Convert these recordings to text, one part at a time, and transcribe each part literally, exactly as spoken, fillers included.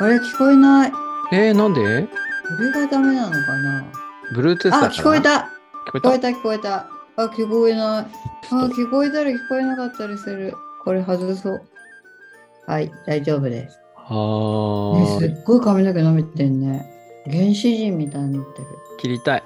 あれ聞こえない。こえー、なんで？ れがダメなのかな。 Bluetooth だあ、 から。 聞こえた。 聞こえた？ 聞こえた、聞こえた。あ、聞こえない。あ、 ちょっと、 聞こえたり聞こえなかったりする。これ外そう。はい、大丈夫です。ね、 はーい。 すっごい髪の毛伸びてんね。原始人みたいになってる。 切りたい。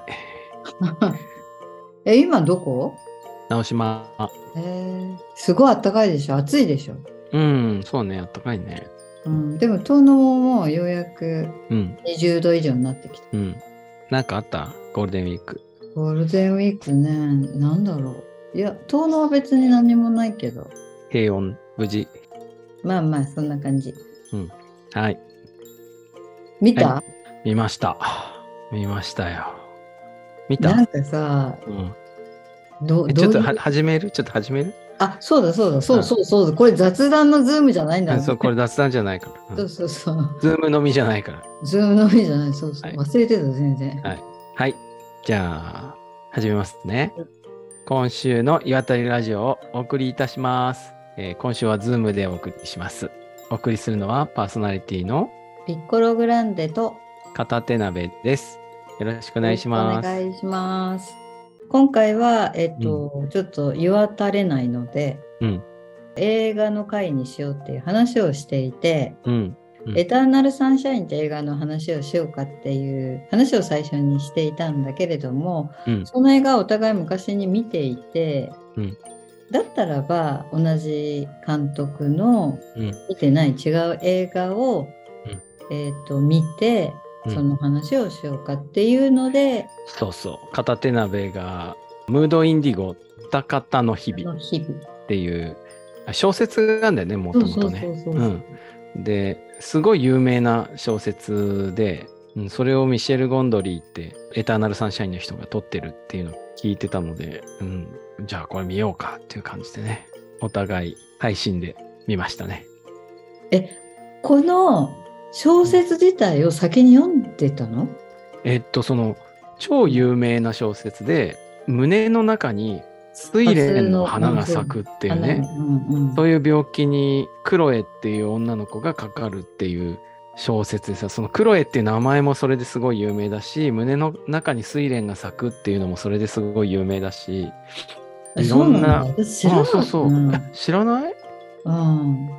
え、今どこ？ 直しま。 えー、すごいあったかいでしょ。暑いでしょ。 うん、そうね。あったかいね。 うん、でも遠野ももうようやくうん、 にじゅうど以上になってきた。 うん。なんかあったゴールデンウィーク。 ゴールデンウィークね、なんだろう。いや、遠野は別に何もないけど。 平穏、無事。 まあまあ、そんな感じ。 うん。はい。はい。 見た？ 見ました。見ましたよ。見た？ なんかさ、 うん。 ど、 え、ちょっとは、 どういう、 始めるちょっと始めるあ、そうだそうだ、そううん。 そうそうだ、これ雑談のズームじゃないんだね。 うんそう、これ雑談じゃないから。うそうん。 そうそう。 ズームのみじゃないから。 ズームのみじゃない、そうそう。 はい。 忘れてた、全然。 はい。はい。じゃあ、始めますね。今週の岩谷ラジオをお送りいたします。えー今週はズームでお送りします。お送りするのはパーソナリティのピッコログランデと片手鍋です。よろしくお願いしよろしくおます。 願いします。今回は、えっうん、 と、ちょっと言わたれないので、 うん、 映画の回にしようっていう話をしていて、 うん、うん、 エターナルサンシャインって映画の話をしようかっていう話を最初にしていたんだけれども、 うん、 その映画をお互い昔に見ていて、 うん、 だったらば同じ監督のうん、 見てない違う映画を、えーと、見て、 うん。 その話をしようかっていうので、 そうそう。片手鍋がムードインディゴ歌方の日あ 々っの日々。 ていうあ小説なんだよね、もそうそうともとね。 そうそうそう。 うん。で、すごい有名な小説で、うん、それをミシェル・ゴンドリーってエターナルサンシャインの人が撮ってるっていうのを聞いてたので、うん、じゃあこれ見ようかっていう感じでね、お互い配信で見ましたね。 え、この小説自体を先に読んでたの？ えっと、その超有名な小説で、胸の中に睡蓮の初の、うん、そう、 花が咲くっていうね、 花の、うんうん。 そういう病気にクロエっていう女の子がかかるっていう小説でさ、そのクロエっていう名前もそれですごい有名だし、胸の中に睡蓮が咲くっていうのもそれですごい有名だし、 え、 いろそうなんだ。 んな、 私知らああ、 なかったそうそう。え、 な。 知らない？ うん。 うん。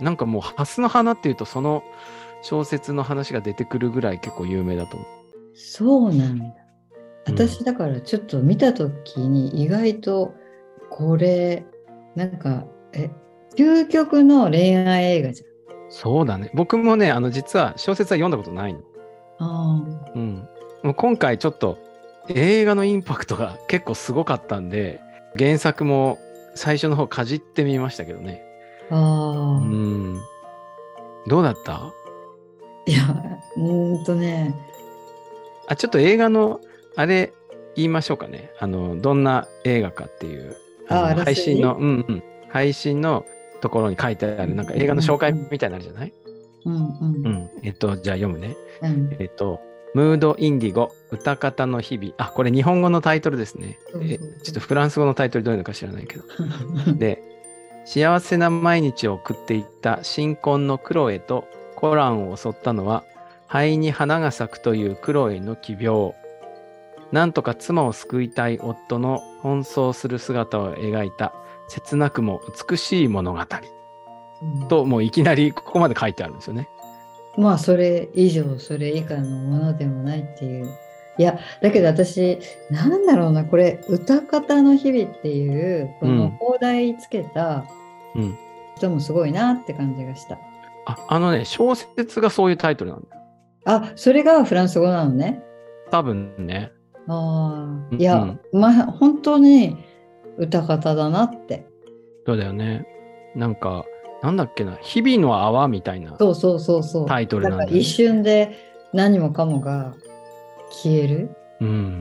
なんかもう、ハスの花っていうと、その小説の話が出てくるぐらい結構有名だと思そうなんだ。 う。うん。 私だからちょっと見たときに意外とこれ、なんか、え、究極の恋愛映画じそうだね。僕もね、あの、実は小説は読んだことないの。 ゃん。あうん。もう今回ちょっと映画のインパクトが結構すごかったんで、原作も最初の方かじってみましたけどね。 あ、 うああ。 ん。どうだった？ いや、うーんとね、 あ、ちょっと映画のあれ言いましょうかね。あの、どんな映画かっていう、ああ、あの、 らすじ。 配信の、うんうん。配信のところに書いてある、なんか映画の紹介みたいになのあるじゃない？ うんうんうん。えっと、じゃあ読むね。 うん。うん。 えっと、ムードインディゴ、歌方の日々。あ、これ日本語のタイトルですね。え、 そうそうそう。 ちょっとフランス語のタイトルどういうのか知らないけど。で、幸せな毎日を送っていった新婚のクロエとコランを襲ったのは、肺に花が咲くというクロエの奇病。なんとか妻を救いたい夫の奔走する姿を描いた切なくも美しい物語。 うんと、もういきなりここまで書いてあるんですよね。 まあ、それ以上、それ以下のものでもないっていう。いや、だけど私、なんだろうな、これ、歌方の日々っていう、このうん。 放題つけたうん。 人もすごいなって感じがした。 あ、あのね、小説がそういうタイトルなんだよ。 あ、それがフランス語なのね。 多分ね。 ああ、 ういや、 ん。 まあ、本当に歌方だなって。 そうだよね。なんか、なんだっけな、日々の泡みたいなそうそうそうそう。 タイトルなんか一なんだよね。 瞬で何もかもが消える、 うん。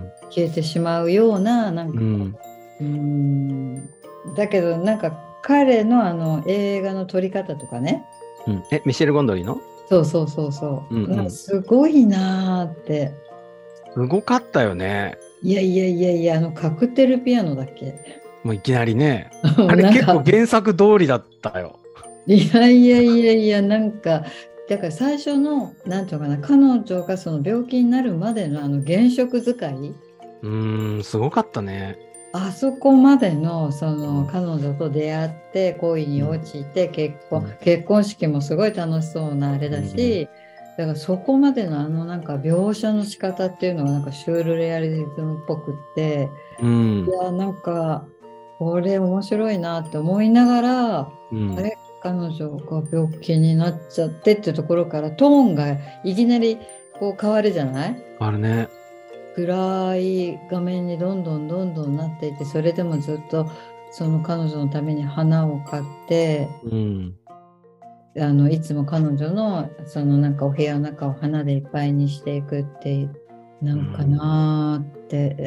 消えてしまうような、なんかこうん。 う、うーん。だけど、なんか彼のあの映画の撮り方とかね、 うん。え、ミシェル・ゴンドリーの？ そうそうそうそう。なんかうんうん。 すごいなーって。 すごかったよね。 いやいやいやいや、あのカクテルピアノだっけ？ もういきなりね。あれ結構なんか、 原作通りだったよ。 いやいやいやいや、なんかだから最初のなんていうのかな、彼女がその病気になるまでのあの原色使い、 うーん、すごかったね。 あそこまでのそのうん彼女と出会って恋に落ちて結婚、 うん結婚式もすごい楽しそうなあれだし、だからそこまでのあのなんか描写の仕方っていうのがなんかシュールレアリズムっぽくって、 うんいやなんかこれ面白いなって思いながら、 うんあれ彼女が病気になっちゃってっていうところからトーンがいきなりこう変わるじゃない。 あるね。 暗い画面にどんどんどんどんなっていて、それでもずっとその彼女のために花を買って、 うんあのいつも彼女のそのなんかお部屋の中を花でいっぱいにしていくってなんかなーって、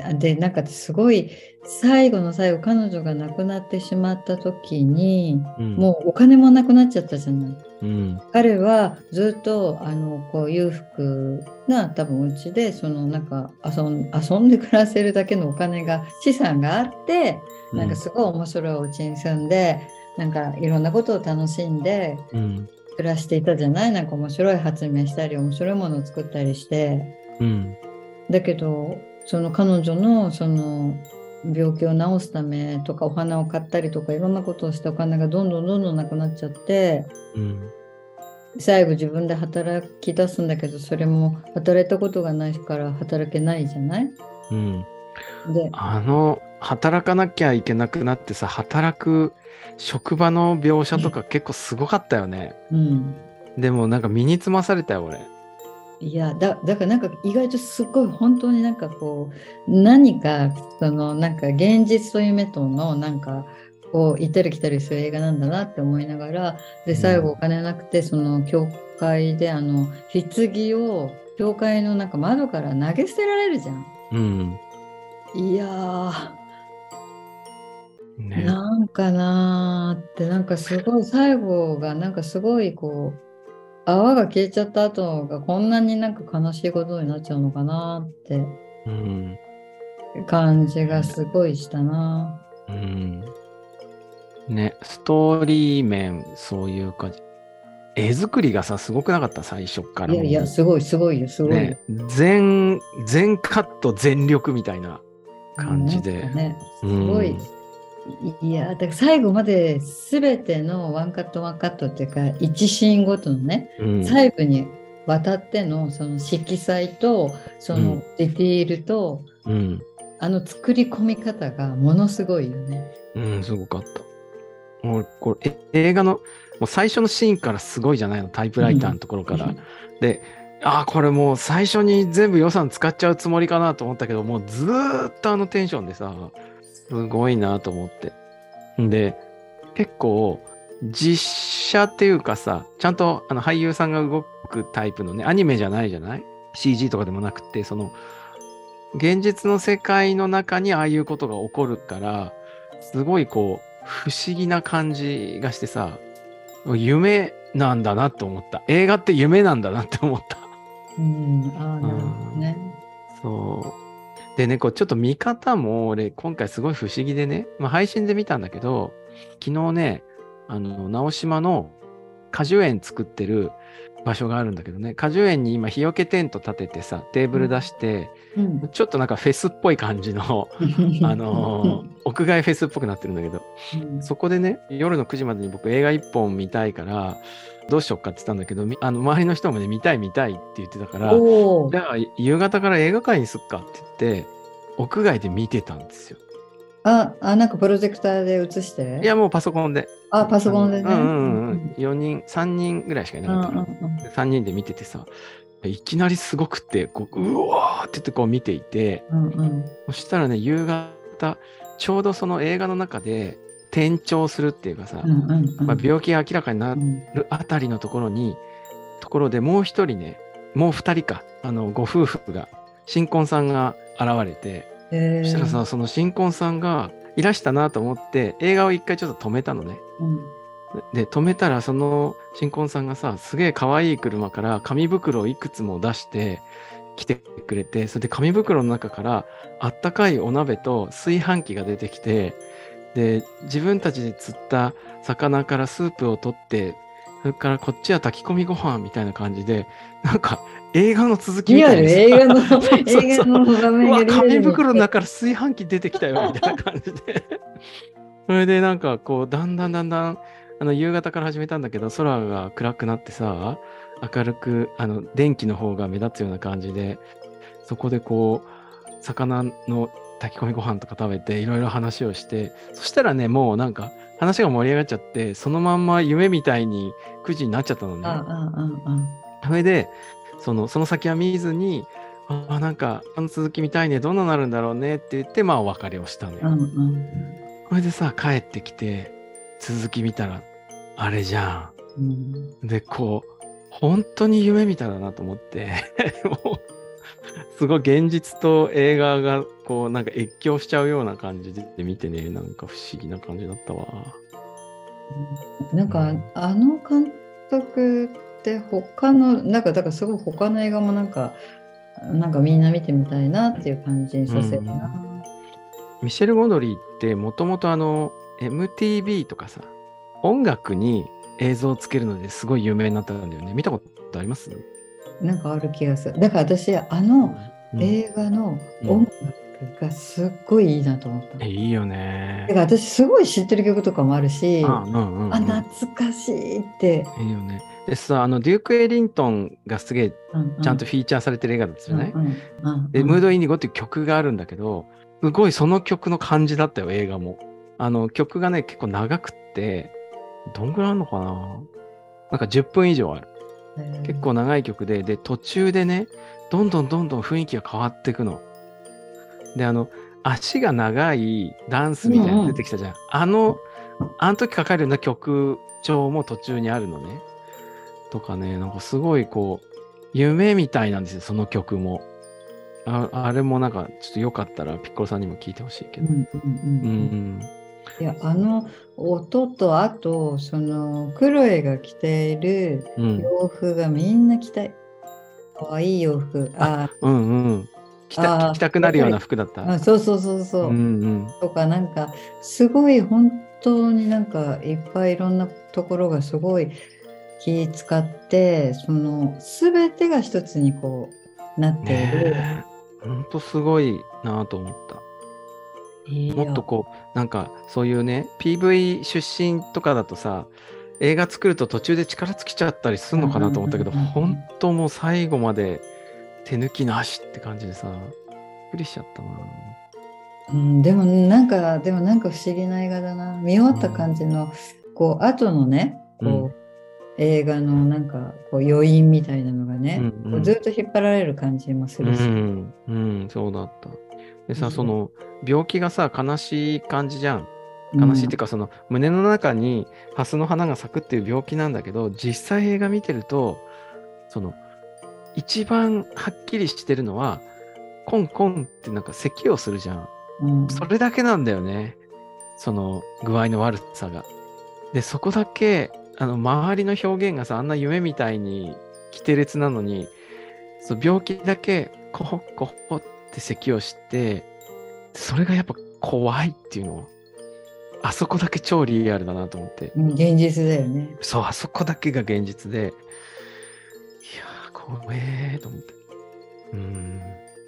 でなんかすごい最後の最後彼女が亡くなってしまった時に、 うんもうお金もなくなっちゃったじゃない。 うん彼はずっとあのこう裕福な多分うちでそのなんか遊ん、遊んで暮らせるだけのお金が資産があって、なんかすごい面白いお家に住んでなんかいろんなことを楽しんでうん暮らしていたじゃない。なんか面白い発明したり面白いものを作ったりして、 うんだけどその彼女のその病気を治すためとかお花を買ったりとかいろんなことをしたお金がどんどんどんどんなくなっちゃって、 うん最後自分で働き出すんだけど、それも働いたことがないから働けないじゃない。 うんで、 あの働かなきゃいけなくなってさ、働く職場の描写とか結構すごかったよね。 うん、 でもなんか身につまされたよ俺。 いやだ、だからなんか意外とすごい本当になんかこう何かそのなんか現実と夢とのなんかこう行ったり来たりする映画なんだなって思いながら、で最後お金なくてその教会であの棺を教会のなんか窓から投げ捨てられるじゃん。 うんいやーね。 なんかなーってなんかすごい最後がなんかすごいこう泡が消えちゃった後がこんなになんか悲しいことになっちゃうのかなってうん感じがすごいしたな。 うんね、ストーリー面そういう感じ。絵作りがさすごくなかった最初からもう。 いやいやすごいすごいよすごいよ。 ね、全全カット全力みたいな感じで。 なんかね、すうんごい。いやだから最後まで全てのワンカットワンカットっていうか一シーンごとのね、 うん細部にわたってのその色彩とそのディティールと、 うんあの作り込み方がものすごいよね。 うんすごかった。もうこれえ映画のもう最初のシーンからすごいじゃないの、タイプライターのところから。 うんで、ああこれもう最初に全部予算使っちゃうつもりかなと思ったけど、もうずーっとあのテンションでさ、すごいなと思って。で、結構実写っていうかさ、ちゃんとあの俳優さんが動くタイプのね、アニメじゃないじゃない ?シージー とかでもなくて、その現実の世界の中にああいうことが起こるから、すごいこう不思議な感じがしてさ、夢なんだなって思った。映画って夢なんだなって思った。 うん、ああなるほどね。 そう。でね、こうちょっと見方も俺今回すごい不思議でね、まあ、配信で見たんだけど、昨日ね、あの、直島の果樹園作ってる場所があるんだけどね、果樹園に今日よけテント立ててさ、テーブル出して、 うんちょっとなんかフェスっぽい感じの、あのー屋外フェスっぽくなってるんだけど、 うんそこでね、夜のくじまでに僕映画一本見たいから、どうしよっかって言ったんだけど、みあの周りの人もね、見たい見たいって言ってたから、 おおじ。ゃあ夕方から映画館にすっかって言って、屋外で見てたんですよ。 あ、あ、なんかプロジェクターで映していや、もうパソコンで。 あ、パソコンでね。 うんうんうん。よにん、さんにんぐらいしかいなかったから、 うんうんうんさんにんで見ててさ、いきなりすごくって、こう、うわーって言ってこう見ていて、 うんうんそしたらね、夕方、ちょうどその映画の中で転調するっていうかさ、 うんうんうんまあ、病気が明らかになうんるあたりのところに、ところでもう一人ね、もう二人か、あの、ご夫婦が、新婚さんが現れて、 へーそしたらさ、その新婚さんがいらしたなと思って、映画を一回ちょっと止めたのね。 うんで、止めたら、その新婚さんがさ、すげえ可愛い車から紙袋をいくつも出して来てくれて、それで紙袋の中からあったかいお鍋と炊飯器が出てきて、で、自分たちで釣った魚からスープを取ってそれからこっちは炊き込みご飯みたいな感じで、なんか映画の続きみリアル、 たいにさ、 映画の、 そうそうそう映画の場うわ、 面がリアルに。 紙袋の中から炊飯器出てきたよみたいな感じで。それでなんかこう、だんだんだんだん、あの夕方から始めたんだけど、空が暗くなってさ、明るく、あの電気の方が目立つような感じで、そこでこう、魚の炊き込みご飯とか食べて、いろいろ話をして、そしたらね、もうなんか話が盛り上がっちゃって、そのまんま夢みたいにくじになっちゃったのね。 ああ、ああ、 それで、その、その先は見ずに、ああ、なんか、あの続き見たいね、どんななるんだろうねって言って、まあ、お別れをしたのああ、うよ。 んうん。 これでさ、帰ってきて、続き見たら、あれじゃうんん。で、こう、本当に夢みたいだなと思って、もう、すごい現実と映画が、こう、なんか越境しちゃうような感じで見てね、なんか不思議な感じだったわ。 なんか、 うんあの監督って他の、なんか、だからすごい他の映画もなんか、なんかみんな見てみたいなっていう感じにさせるな。 ミシェル・ゴドリーってもともとあの エムティービー とかさ、音楽に映像をつけるのですごい有名になったんだよね。見たことあります？ なんかある気がする。だから私、あのうん映画の音楽がすっごいいいなと思った。 え、いいよね。 だから私すごい知ってる曲とかもあるし、 あ、うんうんうん。 あ、懐かしいって。 いいよね。でさ、あの、デューク・エリントンがすげえうんうんちゃんとフィーチャーされてる映画だったじゃない？ うんうんうんで、 うんムード・インディゴっていう曲があるんだけど、すごいその曲の感じだったよ、映画も。あの、曲がね、結構長くって、どんぐらいあるのかな？なんかじゅっぷん以上ある。結構長い曲で、で、途中でね、どんどんどんどん雰囲気が変わっていくの。で、あの、足が長いダンスみたいなの出てきたじゃん。あの、あの時かかるような曲調も途中にあるのね。とかね、なんかすごいこう、夢みたいなんですよ、その曲も。あ、あれもなんか、ちょっとよかったら、ピッコロさんにも聞いてほしいけど。 うんうんううんうんん。 いや、あの音と、あと、その、クロエが着ているうん。 洋服がみんな着たい。かわいい洋服。 あ、 あうんうん。着た、 あ、 着たくなるようなやっぱり、 服だった？ あ、そうそうそううんそう。 うん。 とか、なんか、すごい本当になんか、いっぱいいろんなところがすごい気使って、その、すべてが一つにこう、なっている。 ねえ。ほんとすごいなと思った。もっいや、 とこう、なんかそういうね、ピーブイ 出身とかだとさ、映画作ると途中で力尽きちゃったりするのかなと思ったけど、 うんうんうんうん本当もう最後まで手抜きなしって感じでさ、びっくりしちゃったな。 うん、でもなんか、でもなんか不思議な映画だな。見終わった感じの、こう、後のね、こう、映画のなんか、こう、余韻みたいなのがね、 うんうんこうずっと引っ張られる感じもすうるし。 ん、うん、そうだった。でさ、 いいその病気がさ、悲しい感じじゃん。 うん悲しいっていうか、その胸の中にハスの花が咲くっていう病気なんだけど、実際映画見てると、その一番はっきりしてるのは、コンコンってなんか咳をするじゃん。 うんそれだけなんだよね。その具合の悪さが。で、そこだけ、あの、周りの表現がさ、あんな夢みたいに奇て烈なのに、そう病気だけ、コホッコホって咳をして、それがやっぱ怖いっていうの。あそこだけ超リアルだなと思って。 うん現実だよね。 そう、あそこだけが現実で、いやー、怖えーと思って。うーん。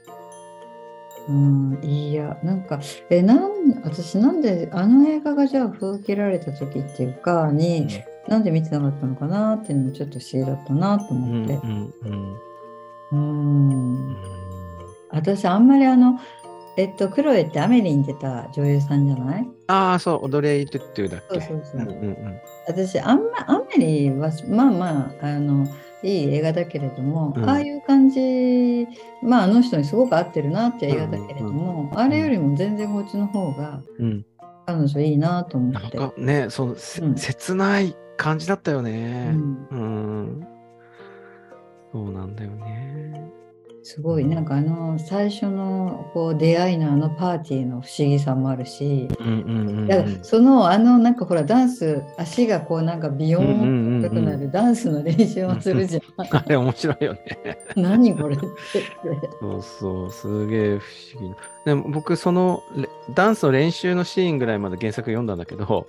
うん、いや、なんか、え、なん、私なんで、あの映画がじゃあ封切られた時っていうか、に、なんで見てなかったのかなっていうのもちょっと不思議だったなとうん思って。 うんうんううんん。私、あんまりあの、えっと、クロエってアメリに出た女優さんじゃない？ ああ、そう、オドレイ・トゥットゥだっそうけ。 そうそう。 うんうんうん私、あんま、アメリは、まあまあ、あの、いい映画だけれども、 うんああいう感じ、まあ、あの人にすごく合ってるなっていう映画だけれども、あれよりも全然こっちの方が、 うん。 彼女いいなと思なんって。 かね、その、せうん切ない感じだったようね。 ん、 うん。そうなんだよね。 すごい、なんかあの、最初のこう出会いのあのパーティーの不思議さもあるし、 うんうんうんだからうん。 その、あの、なんかほら、ダンス、足がこう、なんかビヨーンうんうんうんうんと高くなるダンスの練習をするじゃん。 あれ面白いよね。 何これって。 そうそう、すげえ不思議な。でも僕、そのレダンスの練習のシーンぐらいまで原作読んだんだけど、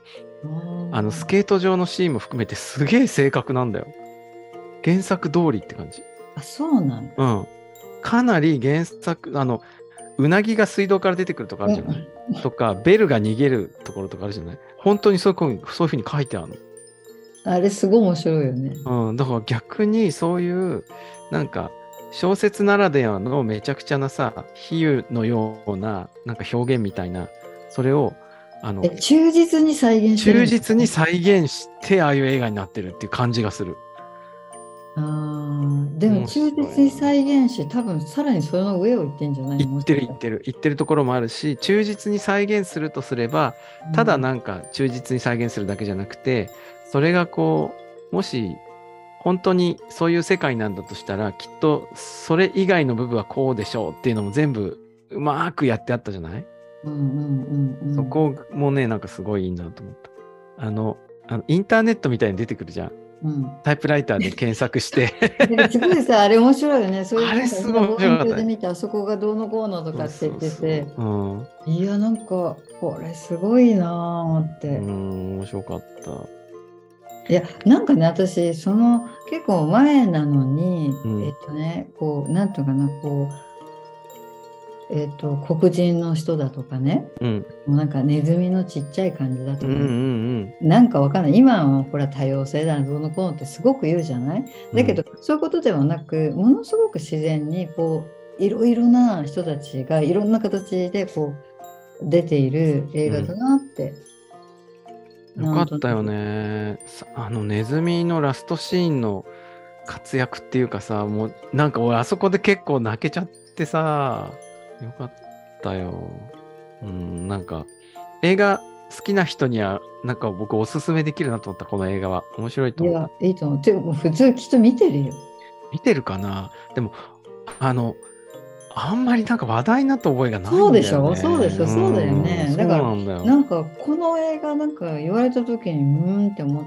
あのスケート場のシーンも含めてすげえ正確なんだよ。原作通りって感じ。 あ、そうなんだ。 うん。かなり原作、あの、うなぎが水道から出てくるとかあるじゃない、 うんとか、ベルが逃げるところとかあるじゃない、本当にそういうこうそういうふうに書いてあるあれすごい面白いよね。 の。うん。だから逆にそういう、なんか、小説ならではのめちゃくちゃなさ、比喩のような、なんか表現みたいな、それを、あの、 え、忠実に再現してる忠んだ。 実に再現して、ああいう映画になってるっていう感じがする。 あーでも面忠白いな。 実に再現し、多分さらにその上を行ってんじゃないの、もし言ってるかしたら。 言ってる言ってるところもあるし、忠実に再現するとすれば、ただなんか忠実に再現するだけじゃなくて、それがこう、もし本当にそういう世界なんだとしたら、きっとそれ以外の部分はこうでしょうっていうのも全部うまくやってあったじゃない。 うんうんうんうん。 そこもね、なんかすごいいいなと思った。あの、あのインターネットみたいに出てくるじゃん。 うん。 タイプライターで検索してなんかすごいさ、あれ面白いよね。それあれでなんかみんなすごい面望遠鏡白かったね。 で見て、あそこがどうのこうのとそうかって言ってそうそて、 う。うん。 いや、なんか、これすごいなぁ思っうて。 ん、面白かった。 いや、なんかね、私、その結構前なのに、 うん。 えっとね、こう、なんていうかな、こう、えっと、黒人の人だとかね、 うん。 もうなんかネズミのちっちゃい感じだうんうとかね、 んなんかわかんない。今はほら多様性だ、どうのこうのってすごく言うじゃない。 うん。うん。 だけど、そういうことではなく、ものすごく自然に、こう、いろいろな人たちがいろんな形でこう出ている映画だうん。 なって、 よなんとなかったよく。 ね。さあのネズミのラストシーンの活躍っていうかさ、もうなんか俺あそこで結構泣けちゃってさ、よかったよ。うん、なんか映画好きな人にはなんか僕おすすめできるなと思った、この映画は。面白いと思った。 いや、いいと思う。ても普通きっと見てるよ。 見てるかな。でも、あの、あんまりなんか話題になった覚えがないそうでんだよしょそうでしね。 ょそうだようん、 ね。 そうだから、 なんだよ。 なんかこの映画なんか言われた時にうーんって思って、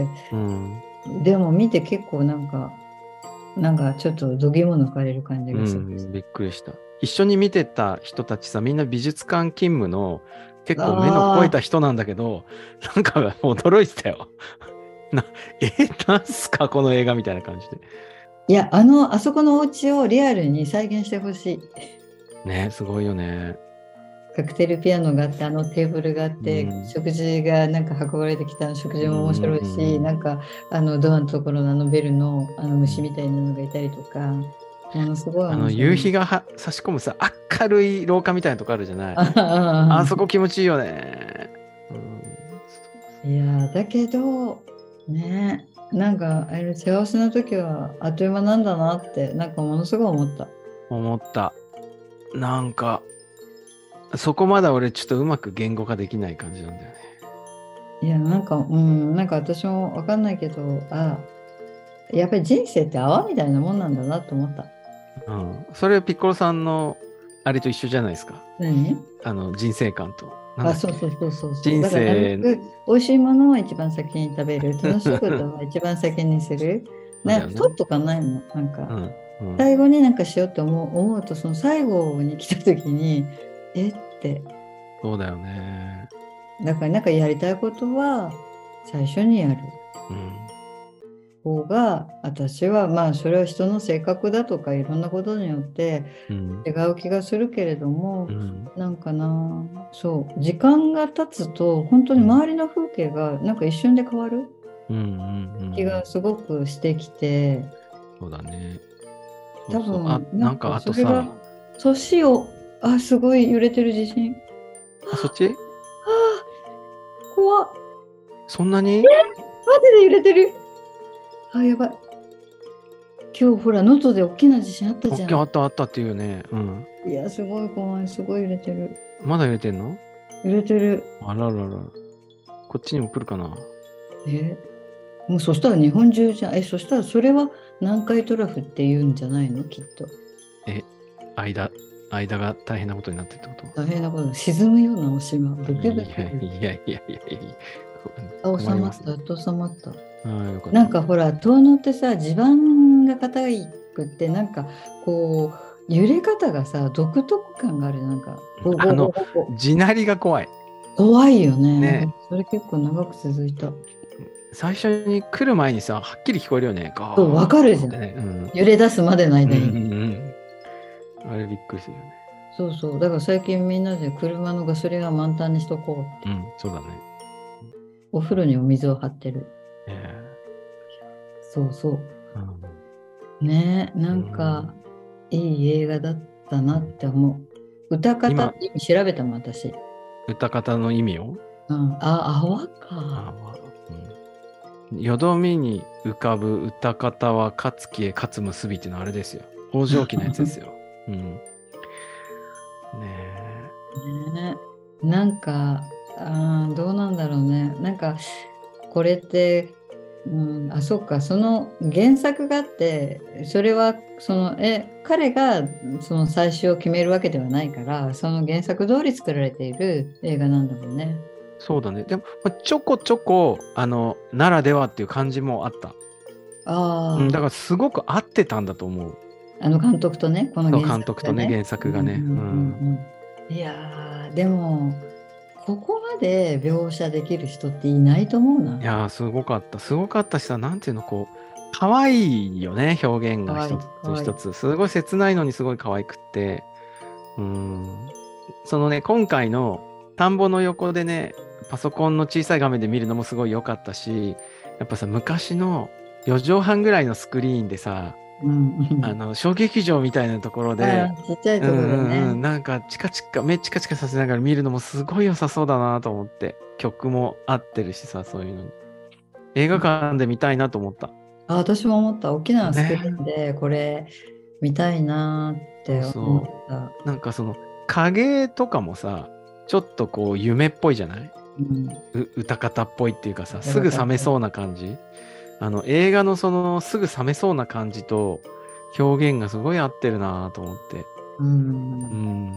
うん。 でも見て結構なんか、なんかちょっと度肝抜かれる感じうがする。 ん、びっくりした。一緒に見てた人たちさ、みんな美術館勤務の結構目の肥えああ、 た人なんだけど、なんか驚いてたよ。な、え、なんすかこの映画みたいな感じで。 いや、あの、あそこのお家をリアルに再現してほしい。 ね、すごいよね。 カクテルピアノがあって、あのテーブルがあっうて、 ん。 食事がなんか運ばれてきたの食事も面うん、 白いし、 うん、 なんかあのドアのところのあのベルのあのうん。 虫みたいなのがいたりとか、ものすごいあの、 面白い。 夕日がは差し込むさ、明るい廊下みたいなとこあるじゃない。あそああ、 こ気持ちいいよね。うん。 いやー、だけど、ね、なんかあれ幸せな時はあっという間なんだなって、なんかものすごい思った。 思った。なんか、そこまだ俺ちょっとうまく言語化できない感じなんだよね。 いや、なんか、うん、なんか私もわかんないけど、あ、やっぱり人生って泡みたいなもんなんだなと思った。 うん。それピッコロさんのあれと一緒じゃないですか。 何あの人生観と。なんあ、 だっけ。 そうそうそうそうそう。 人だからなる生、 べく美味しいものを一番先に食べる。楽しいことは一番先にする。な、 そうだよね。 太っとかないもん。なんか、 うん。うん。 最後になんかしようって思う、思うと、その最後に来た時に、えって、 そうだよね。 だからなんかやりたいことは最初にやるうん。 方が、私はまあそれは人の性格だとかいろんなことによってうん。 違う気がするけれども、 うん。 なんかな、そう、時間が経つと本当にうん。 周りの風景がなんか一瞬で変わるうん。うん。うん。 気がすごくしてきて、 そうだね。そう多そう。あ、 分なんかなんかあとさ、 それが年を、あ、すごい揺れてる地震。 あ、そっちああ、怖っ。 そんなにマジで揺れてる。あ、やばい。今日ほら、能登で大きな地震あったじゃん。 大きいあったあったっていうね。うん。 いや、すごい怖い、すごい揺れてる。 まだ入れてんの？ 揺れてる。 あららら。こっちにも来るかな。 え、もうそしたら日本中じゃん。え、そしたらそれは南海トラフって言うんじゃないのきっと。 え、間、間が大変なことになってるってこ大変なことだ。沈むようなお島。ブと？ クブいやク。 いやいやいやいやあ、収困りますね。 まった、やっと収まった。 ああ、よかった。 なんかほら、遠野ってさ、地盤が硬くって、なんかこう、揺れ方がさ、独特感がある。なんか、ゴーゴーゴあの、 ーゴーゴ地鳴りが怖い。 怖いよね。 ね。 それ結構長く続いた。 最初に来る前にさ、はっきり聞こえるよね。ガそう、わかるじゃん。 ーってね。うん。 揺れ出すまでの間に。 うんうんうん。あれびっくりするよね。 そうそう。だから最近みんなで車のガソリンは満タンにしとこうって。 うん、そうだね。 お風呂にお水を張ってる。 えそうそえうんう。ねえ、なうんんか、いい映画だったなって思う。歌方っ今、 て意味調べたもん、私。 歌方の意味をうん。あ、泡あ、 か。 まあうん、よどみに浮かぶ歌方は勝つ気へ勝つ結びっていうのはあれですよ。北条記のやつですよ。うん。ねえ。 ねえ。なんか、あーどうなんだろうね。なんか、これって、うん、あ、そっか、その原作があって、それは、その、え、彼がその最終を決めるわけではないから、その原作通り作られている映画なんだもんね。 そうだね。でも、まあちょこちょこ、あの、ならではっていう感じもあった。うん、だあからすごく合ってたんだと思う。 あ、あの監督とね、このそう原監督とね、 作がね。 原うんうん作がね。うん。 うんうん。いやー、でも、ここまで描写できる人っていないと思うな。 いやー、すごかった。すごかったしさ、なんていうの、こう、可愛いよね、表現かわいい、 が一かわいい。 つ一つ。すごい切ないのにすごい可愛くって。うん。そのね、今回の田んぼの横でね、パソコンの小さい画面で見るのもすごい良かったし、やっぱさ、昔のよじはんぐらいのスクリーンでさ、 うんうん。 あの、小劇場みたいなところああ、 で、うんちっちゃいとこでね。 うんうん、なんかチカチカ、目チカチカさせながら見るのもすごい良さそうだなと思って、曲も合ってるしさ、そういうのに。映画館で見たいなと思った。 あ、私も思った。大きなスクリーンね。 でこれ見たいなーっそうて思っそた。 う。なんかその影とかもさ、ちょっとこう夢っぽいじゃない？ うん。 う歌方っぽいっていうかさ、すぐよかった。 冷めそうな感じ。あの映画のそのすぐ冷めそうな感じと表現がすごい合ってるなと思って。 うん。 うん。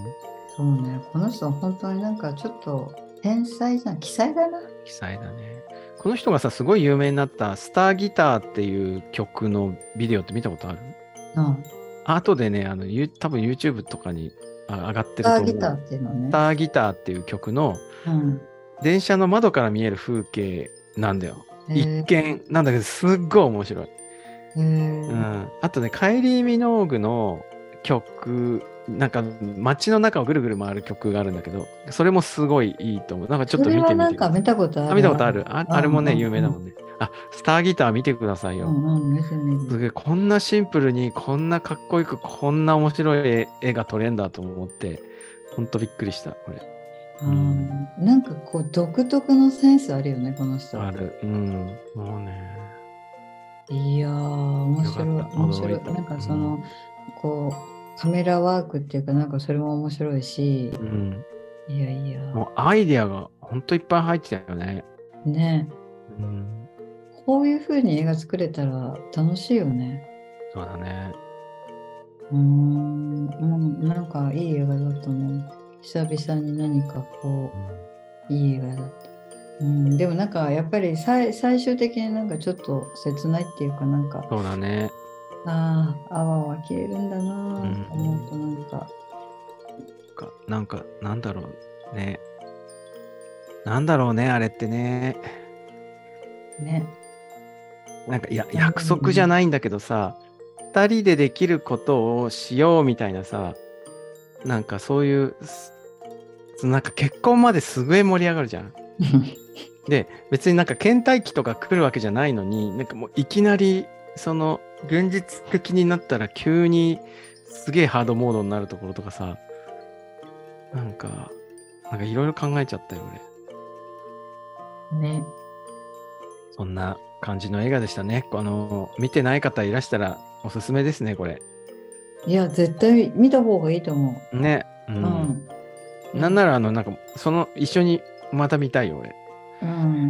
そうね。この人本当になんかちょっと天才じゃん。奇才だな。 奇才だね。この人がさ、すごい有名になったスターギターっていう曲のビデオって見たことある？ うん。 後でね、あの、ゆ多分 YouTube とかにあ上がってスタると思う。 ーギターっていうのスね。 ターギターっていう曲のうん。 電車の窓から見える風景なんだよ。一へえ見なんだけど、すっごい面白い。 ー、へーうん。あとね、カイリー・ミノーグの曲、なんか街の中をぐるぐる回る曲があるんだけど、それもすごいいいと思う。なんかちょっとそれは見てみて。 なんか見たことああ、見るある。 たことある？あ、あれもね、 うんうんうん。 有名だもんね。あ、スターギター見てくださいよ。 うんうん、見てみる。 すげえ、こんなシンプルに、こんなかっこよく、こんな面白い絵絵が撮れんだと思って、ほんとびっくりした、これ。 あうん。 ーなんかこう独特のセンスあるよね、この人。 ある。うん。もうね、 いやー、面白い、 よかった。 面白い。 驚いた。 なんかうん。 その、こう、カメラワークっていうか、なんかそれも面白いし、 うん。 いやいや、 もうアイディアがほんといっぱい入ってたよね。 ね、 うん。 こういう風に映画作れたら楽しいよね。 そうだね。 うーん、うん、なんかいい映画だったね。久々に何かこうん。 う、いい映画だった。うん、でもなんかやっぱり最、最終的になんかちょっと切ないっていうかなんか、 そうだね。 ああ、泡は消えるんだうなと思うとん。 なんか、 か、なんか、なんだろうね。なんだろうね、あれってね。 ね。 なんか、いや、 残約束じゃ念ないんだけどさ、二人でできることをしようみたいなさ、なんかそういう、すなんか結婚まですごい盛り上がるじゃん。で、別になんか倦怠期とか来るわけじゃないのに、なんかもういきなり、その、現実的になったら急にすげえハードモードになるところとかさ、なんか、なんかいろいろ考えちゃったよ、俺。 ね。 そんな感じの映画でしたね。あの、見てない方いらしたらおすすめですね、これ。 いや、絶対見た方がいいと思ね。うう。うん。 ん。いや、 なんなら、あの、なんか、その、一緒にまた見たいよ、俺。 うん、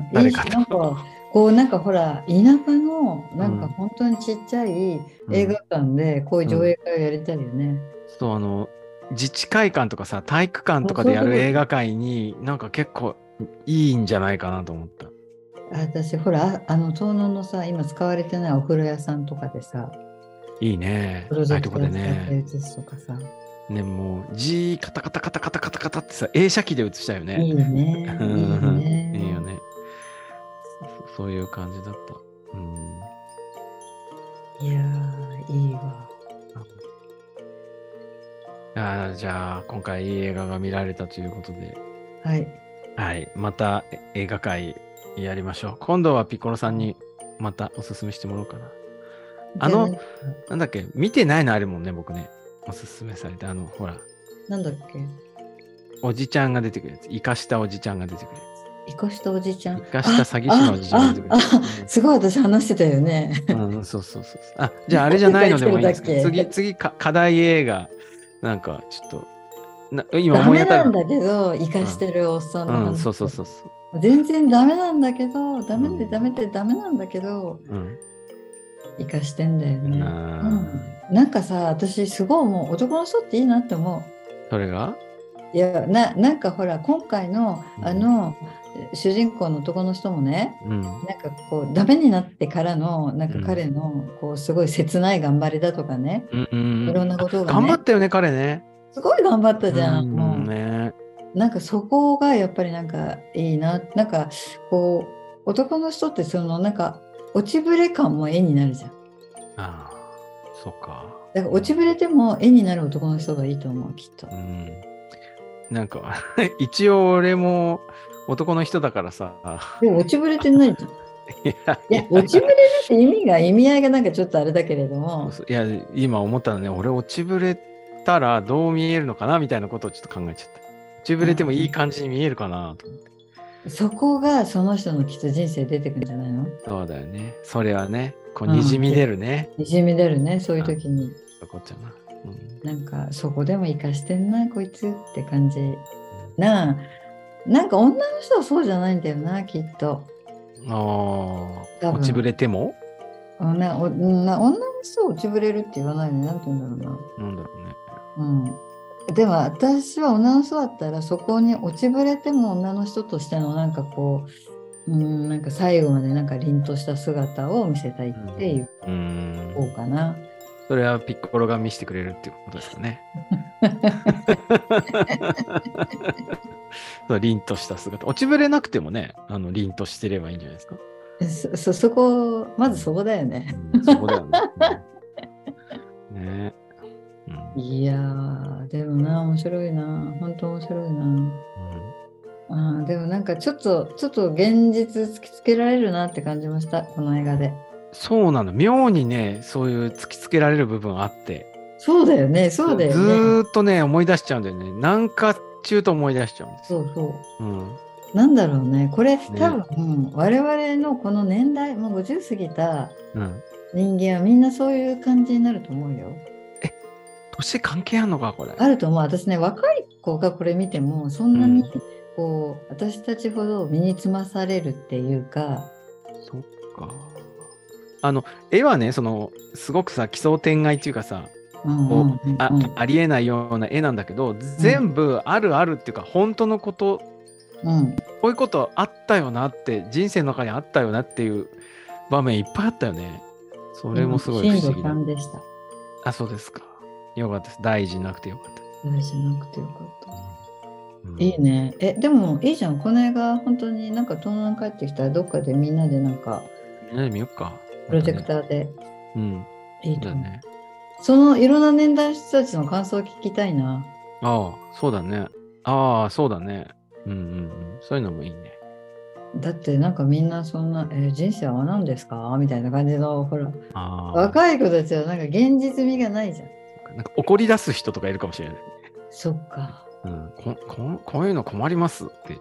いいし、 誰かと。 なんか、こう、なんかほら、田舎の、なんかうん。 本当にちっちゃい映画うん。 館で、こういううん。 上映会をやりたいよね。 そう、あの、自治会館とかさ、体育館とあ、 かでやそうそうそう。 る映画館になんか結構いいんじゃないかなと思った。 私、ほら、あ、あの、東南のさ、今使われてないお風呂屋さんとかでさ、 いいね。 プロジェクああいうとこター使ってでね。 映すとかさ。 ね、もう字カタカタカタカタカタカタってさ、映写機で写したよね。 いいね。 うんいいね。 いいよね。そそういう感じだった。うん。 いやー、いいわ。 あーじゃあ、今回いい映画が見られたということで、 はい。 はい。またえ映画会やりましょう。今度はピッコロさんにまたおすすめしてもらおうかな。あの、 じゃあね、 なんだっけ、見てないのあるもんね、僕ね。おすすめされて、あの、ほら、 なんだっけ、 おじちゃんが出てくるやつ。生かしたおじちゃんが出てくるや生かしたおじちゃん。 つ。生かした詐欺師のおじちゃんが出てくるあ、 やつ。 あ、あ、すごい私話してたよね。 うん、うん、そうそうそうそう。あ、じゃああれじゃないのでもいいんですけど、次、 なんて書いてるんだっけ。 次か、課題映画、なんかちょっと、な今ダ思い当たる。 メなんだけど、生かしてるおっさんのうん、うん、 話。 そうそうそうそう。 全然ダメなんだけど、ダメうんでダメでダメなんだけど、 うん。 生かしてんだよね。うなん。なんかさ、私すごいもう男の人っていいなって思う。 それがいや、な、なんかほら、今回のうんあの主人公の男の人もね、 うん。 なんかこう、ダメになってからの、なんかうん彼のこう、すごい切ない頑張りだとかね、 うんうんうん。 いろんなあ、 ことがね、 頑張ったよね、彼ね。 すごい頑張ったうじゃん。 ん、 もね。 う、なんかそこがやっぱりなんかいいな。なんかこう、男の人ってそのなんか落ちぶれ感も絵になるじゃん。 ああ、そっか。 だから落ちぶれても絵になる男の人がいいと思う、きっと。 うん。なんか、一応俺も男の人だからさ。 でも落ちぶれてないじゃん。 いやいや、落ちぶれるって意味が、意味合いがなんかちょっとあれだけれども、 いや、今思ったのね、俺落ちぶれたらどう見えるのかなみたいなことをちょっと考えちゃった。落ちぶれてもいい感じに見えるかなと思って。 そこがその人のきっと人生出てくるんじゃないの？ そうだよね。それはね、こう、 うんにじみ出るね。 にじみ出るね、そういう時に。 そこっちゃな。うんなんか、そこでも生かしてんな、こいつって感じ。なあ、なんか女の人はそうじゃないんだよな、きっと。 ああ、 多分落ちぶれてもあなおな女の人は落ちぶれるって言わないで、なんて言うんだろなんだろうね。 うな。うん。でも私は女の人だったらそこに落ちぶれても女の人としてのなんかこう、うん、なんか最後までなんか凛とした姿を見せたいっていううん。 方かな。 それはピッコロが見せてくれるっていうことですかね。そう凛とした姿。落ちぶれなくてもね、あの凛としてればいいんじゃないですか。 そ、そ、そこ、まずそこだよね。 うん、そこだよね。うん、ねうん、 いやー、でもな、面白いな。本当面白いな。あー、でもなんかちょっと、ちょっと現実突きつけられるなって感じました、この映画で。 そうなの。妙にね、そういう突きつけられる部分あって、 そうだよね、そうだよずね。 ーっとね、思い出しちゃうんだよね。なんか中と思い出しちゃうんですよ。 そうそう。 うん。 なんだろうね、これね多分、我々のこの年代、もうごじゅう過ぎたうん。 人間はみんなそういう感じになると思うよ。 え、年関係あんのか、これ。 あると思う。私ね、若い子がこれ見ても、そんなに、こう、私たちほど身につまされるっていうか、 そっか。あの、絵はね、その、すごくさ、奇想天外っていうかさ、 うんうこう、 んうんあ、 うんありえないような絵なんだけど、全部あるあるっていうか、本当のこと、 うんこういうことあったよなって、人生の中にあったよなっていう場面いっぱいあったよね。それもすごい不思議だ。 震度さんでした。 あ、そうですか。よかったです。大事なくてよかったです。 大事なくてよかった。 うんいいね。え、でもいいじゃん。この映画、本当になんか東南帰ってきたら、どっかでみんなでなんか、 みんなで見よっか。 プロジェクー。 ターでうん。 いいと思う。 だね。 そのいろんな年代の人たちの感想を聞きたいな。 ああ、そうだね。ああ、そうだね。うんうんうん。そういうのもいいね。 だってなんかみんなそんな、えー人生は何ですかみたいな感じの、ほら、 ああ。 若い子たちはなんか現実味がないじゃん。 なんか怒り出す人とかいるかもしれない。 そっか。 うん、こここういうの困りますって言って。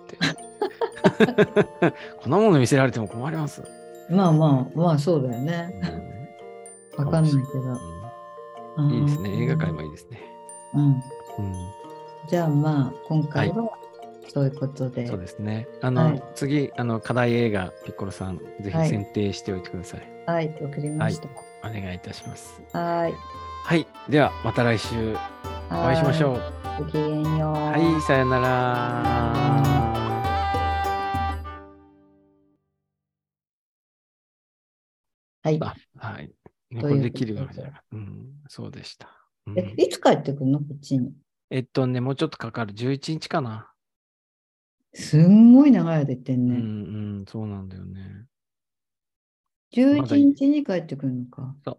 こんなもの見せられても困ります。 まあまあ、まあそうだよね。 うん、 わかんないけど。 うん、いいですね。映画界も。 もいいですね。 うん。 うん、 じゃあまあ、今回ははそういうことで。 そうですね。あの、 はい次、あの、課題映画、ピッコロさん、ぜひはい選定しておいてください。 はい、送りました。 お願いいたします。 はい。 はい。では、また来週お会いしましょう。 ごきげんよう。 はい、さよなら。 はい。 あ、はい。ね、 ということでこれできるわけじゃなかった。うん、そうでした。 え、 うん。 いつ帰ってくるのこっちに？ えっとね、もうちょっとかかる。じゅういちにちかな。 すんごい長い間行ってんうね。 んうん、そうなんだよね。 11 まだい、 日にちに帰ってくるのか。 そう、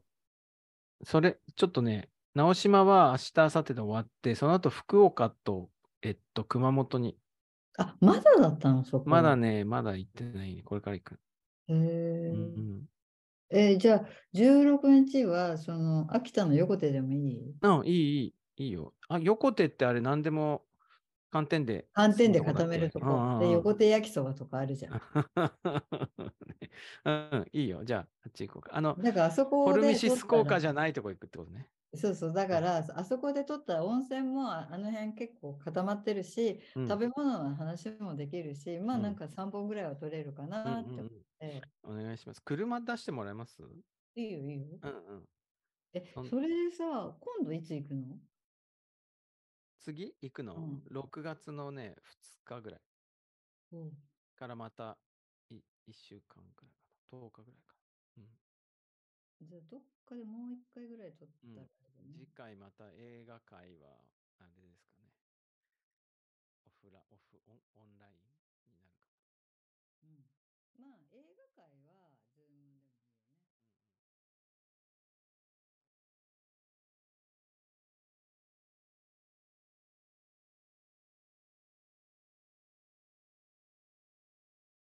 それ、ちょっとね、直島は明日、明後日で終わって、その後福岡と、えっと、熊本に。 あ、まだだったの、そこは。 まだね、まだ行ってない。これから行く。 へえ。 うん。 えーじゃあ、じゅうろくにちは、その、秋田の横手でもいい？ うん、いい、いい、いいよ。あ、横手ってあれ何でも寒天で寒天済むで固めるとこだっけ？うんとこ。で、 うんうん。 横手焼きそばとかあるじゃん。 ねうん、いいよ。じゃあ、あっち行こうか。あの、 だから、あそホルミこでシス効撮ったら、 果じゃないとこ行くってことね。 そうそう、だうん。 から、あそこで撮った温泉も、ああの辺結構固まってるし、 うん。 食べ物の話もできるし、まあなんうん。 かさんぼんぐらいは撮れるかうん。うなって思っんうん。 て、 お願いします。車出してもらえます？ いいよ、いいよ。 うんうん。 え、 そんそれでさ、今度いつ行くの？ 次行くのうん。 ろく 月のね、ふつかぐらいうん。 からまたいいっしゅうかんくらいかな。とおかぐらいかな。 じゃあ、どっかでもう一回ぐらい撮っうん。うん。 たらいいよね。 次回また映画会は、あれですかね。オフラ、オフ、オン、オンラインになるかも。 うん